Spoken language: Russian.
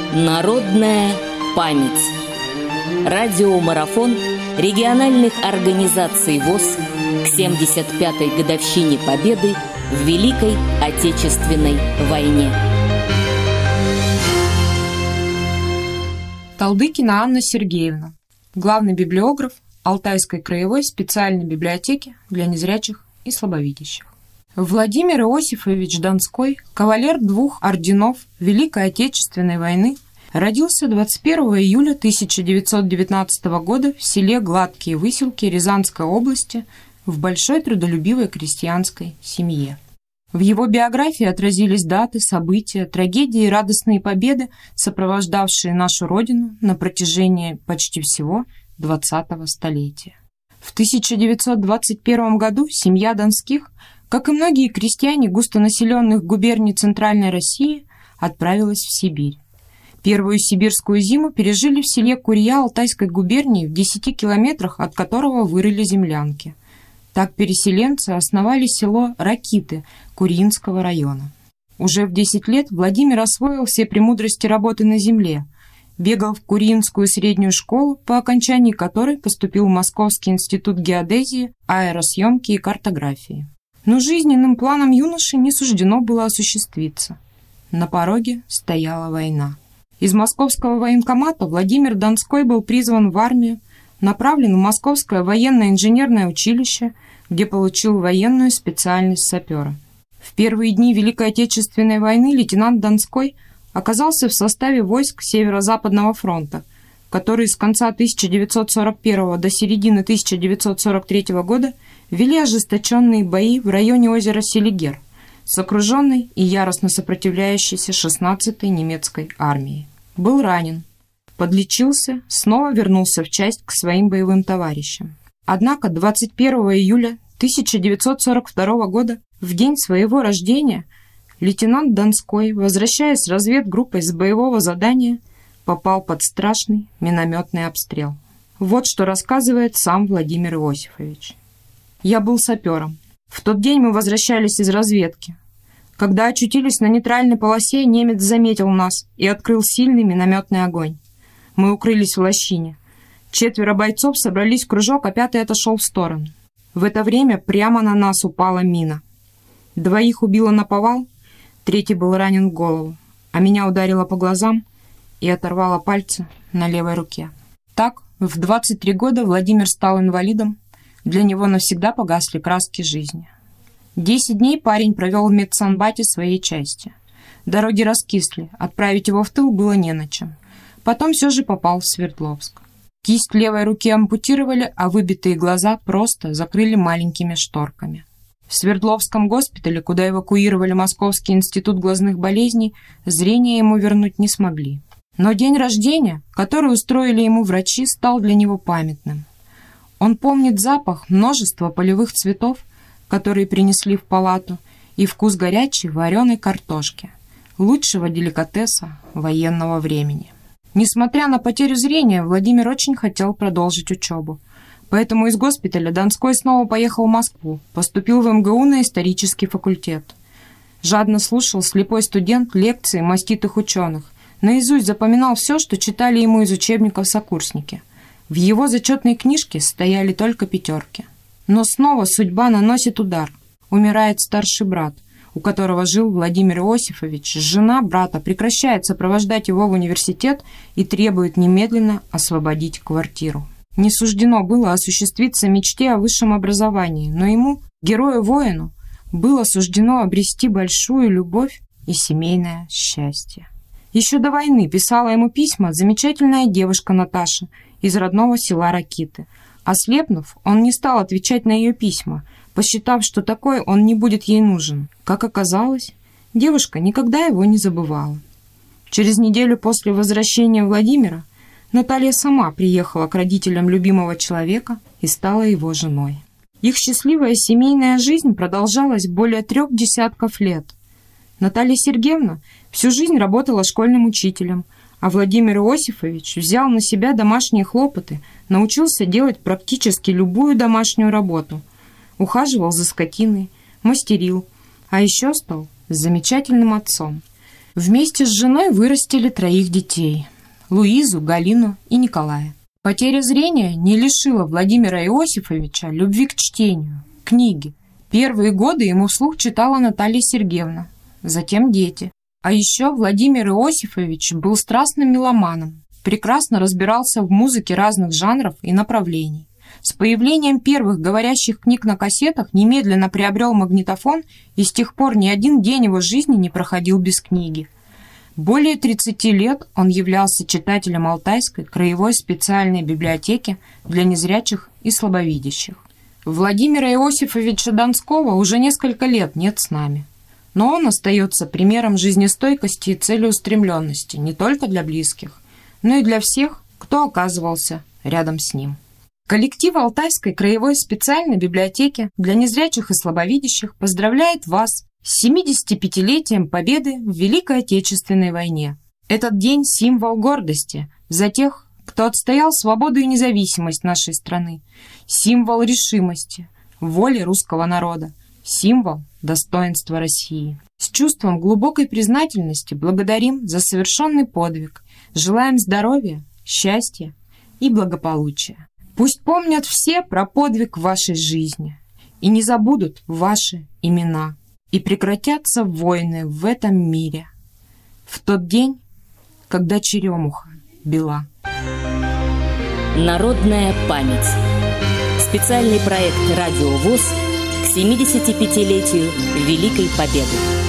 Народная память. Радиомарафон региональных организаций ВОС к 75-й годовщине Победы в Великой Отечественной войне. Талдыкина Анна Сергеевна, главный библиограф Алтайской краевой специальной библиотеки для незрячих и слабовидящих. Владимир Иосифович Донской, кавалер 2 орденов Великой Отечественной войны, родился 21 июля 1919 года в селе Гладкие Выселки Рязанской области в большой трудолюбивой крестьянской семье. В его биографии отразились даты, события, трагедии и радостные победы, сопровождавшие нашу Родину на протяжении почти всего 20-го столетия. В 1921 году семья Донских, как и многие крестьяне густонаселенных губерний Центральной России, отправилась в Сибирь. Первую сибирскую зиму пережили в селе Курья Алтайской губернии, в 10 километрах от которого вырыли землянки. Так переселенцы основали село Ракиты Курьинского района. Уже в 10 лет Владимир освоил все премудрости работы на земле, бегал в Курьинскую среднюю школу, по окончании которой поступил в Московский институт геодезии, аэросъемки и картографии. Но жизненным планам юноши не суждено было осуществиться. На пороге стояла война. Из московского военкомата Владимир Донской был призван в армию, направлен в Московское военно-инженерное училище, где получил военную специальность сапера. В первые дни Великой Отечественной войны лейтенант Донской оказался в составе войск Северо-Западного фронта, которые с конца 1941 до середины 1943 года вели ожесточенные бои в районе озера Селигер с окруженной и яростно сопротивляющейся 16-й немецкой армией. Был ранен, подлечился, снова вернулся в часть к своим боевым товарищам. Однако 21 июля 1942 года, в день своего рождения, лейтенант Донской, возвращаясь с разведгруппой с боевого задания, попал под страшный минометный обстрел. Вот что рассказывает сам Владимир Иосифович. «Я был сапером. В тот день мы возвращались из разведки. Когда очутились на нейтральной полосе, немец заметил нас и открыл сильный минометный огонь. Мы укрылись в лощине. 4 бойцов собрались в кружок, а 5-й отошел в сторону. В это время прямо на нас упала мина. 2 убило наповал, 3-й был ранен в голову, а меня ударило по глазам и оторвало пальцы на левой руке». Так, в 23 года Владимир стал инвалидом, для него навсегда погасли краски жизни. 10 дней парень провел в медсанбате своей части. Дороги раскисли, отправить его в тыл было не на чем. Потом все же попал в Свердловск. Кисть левой руки ампутировали, а выбитые глаза просто закрыли маленькими шторками. В Свердловском госпитале, куда эвакуировали Московский институт глазных болезней, зрение ему вернуть не смогли. Но день рождения, который устроили ему врачи, стал для него памятным. Он помнит запах множества полевых цветов, которые принесли в палату, и вкус горячей вареной картошки, лучшего деликатеса военного времени. Несмотря на потерю зрения, Владимир очень хотел продолжить учебу. Поэтому из госпиталя Донской снова поехал в Москву, поступил в МГУ на исторический факультет. Жадно слушал слепой студент лекции маститых ученых, наизусть запоминал все, что читали ему из учебников сокурсники. В его зачетной книжке стояли только 5. Но снова судьба наносит удар. Умирает старший брат, у которого жил Владимир Иосифович. Жена брата прекращает сопровождать его в университет и требует немедленно освободить квартиру. Не суждено было осуществиться мечте о высшем образовании, но ему, герою-воину, было суждено обрести большую любовь и семейное счастье. Еще до войны писала ему письма замечательная девушка Наташа из родного села Ракиты. Ослепнув, он не стал отвечать на ее письма, посчитав, что такой он не будет ей нужен. Как оказалось, девушка никогда его не забывала. Через неделю после возвращения Владимира Наталья сама приехала к родителям любимого человека и стала его женой. Их счастливая семейная жизнь продолжалась более 3 десятков лет. Наталья Сергеевна всю жизнь работала школьным учителем, а Владимир Иосифович взял на себя домашние хлопоты, научился делать практически любую домашнюю работу, ухаживал за скотиной, мастерил, а еще стал замечательным отцом. Вместе с женой вырастили 3 детей – Луизу, Галину и Николая. Потеря зрения не лишила Владимира Иосифовича любви к чтению, книге. Первые годы ему вслух читала Наталья Сергеевна, затем дети. А еще Владимир Иосифович был страстным меломаном, прекрасно разбирался в музыке разных жанров и направлений. С появлением первых говорящих книг на кассетах немедленно приобрел магнитофон, и с тех пор ни один день его жизни не проходил без книги. Более 30 лет он являлся читателем Алтайской краевой специальной библиотеки для незрячих и слабовидящих. Владимира Иосифовича Донского уже несколько лет нет с нами, но он остается примером жизнестойкости и целеустремленности не только для близких, но и для всех, кто оказывался рядом с ним. Коллектив Алтайской краевой специальной библиотеки для незрячих и слабовидящих поздравляет вас с 75-летием победы в Великой Отечественной войне. Этот день – символ гордости за тех, кто отстоял свободу и независимость нашей страны, символ решимости, воли русского народа, символ достоинства России. С чувством глубокой признательности благодарим за совершенный подвиг, желаем здоровья, счастья и благополучия. Пусть помнят все про подвиг в вашей жизни и не забудут ваши имена. И прекратятся войны в этом мире в тот день, когда черемуха бела. Народная память. Специальный проект «Радио ВОС» к 75-летию Великой Победы.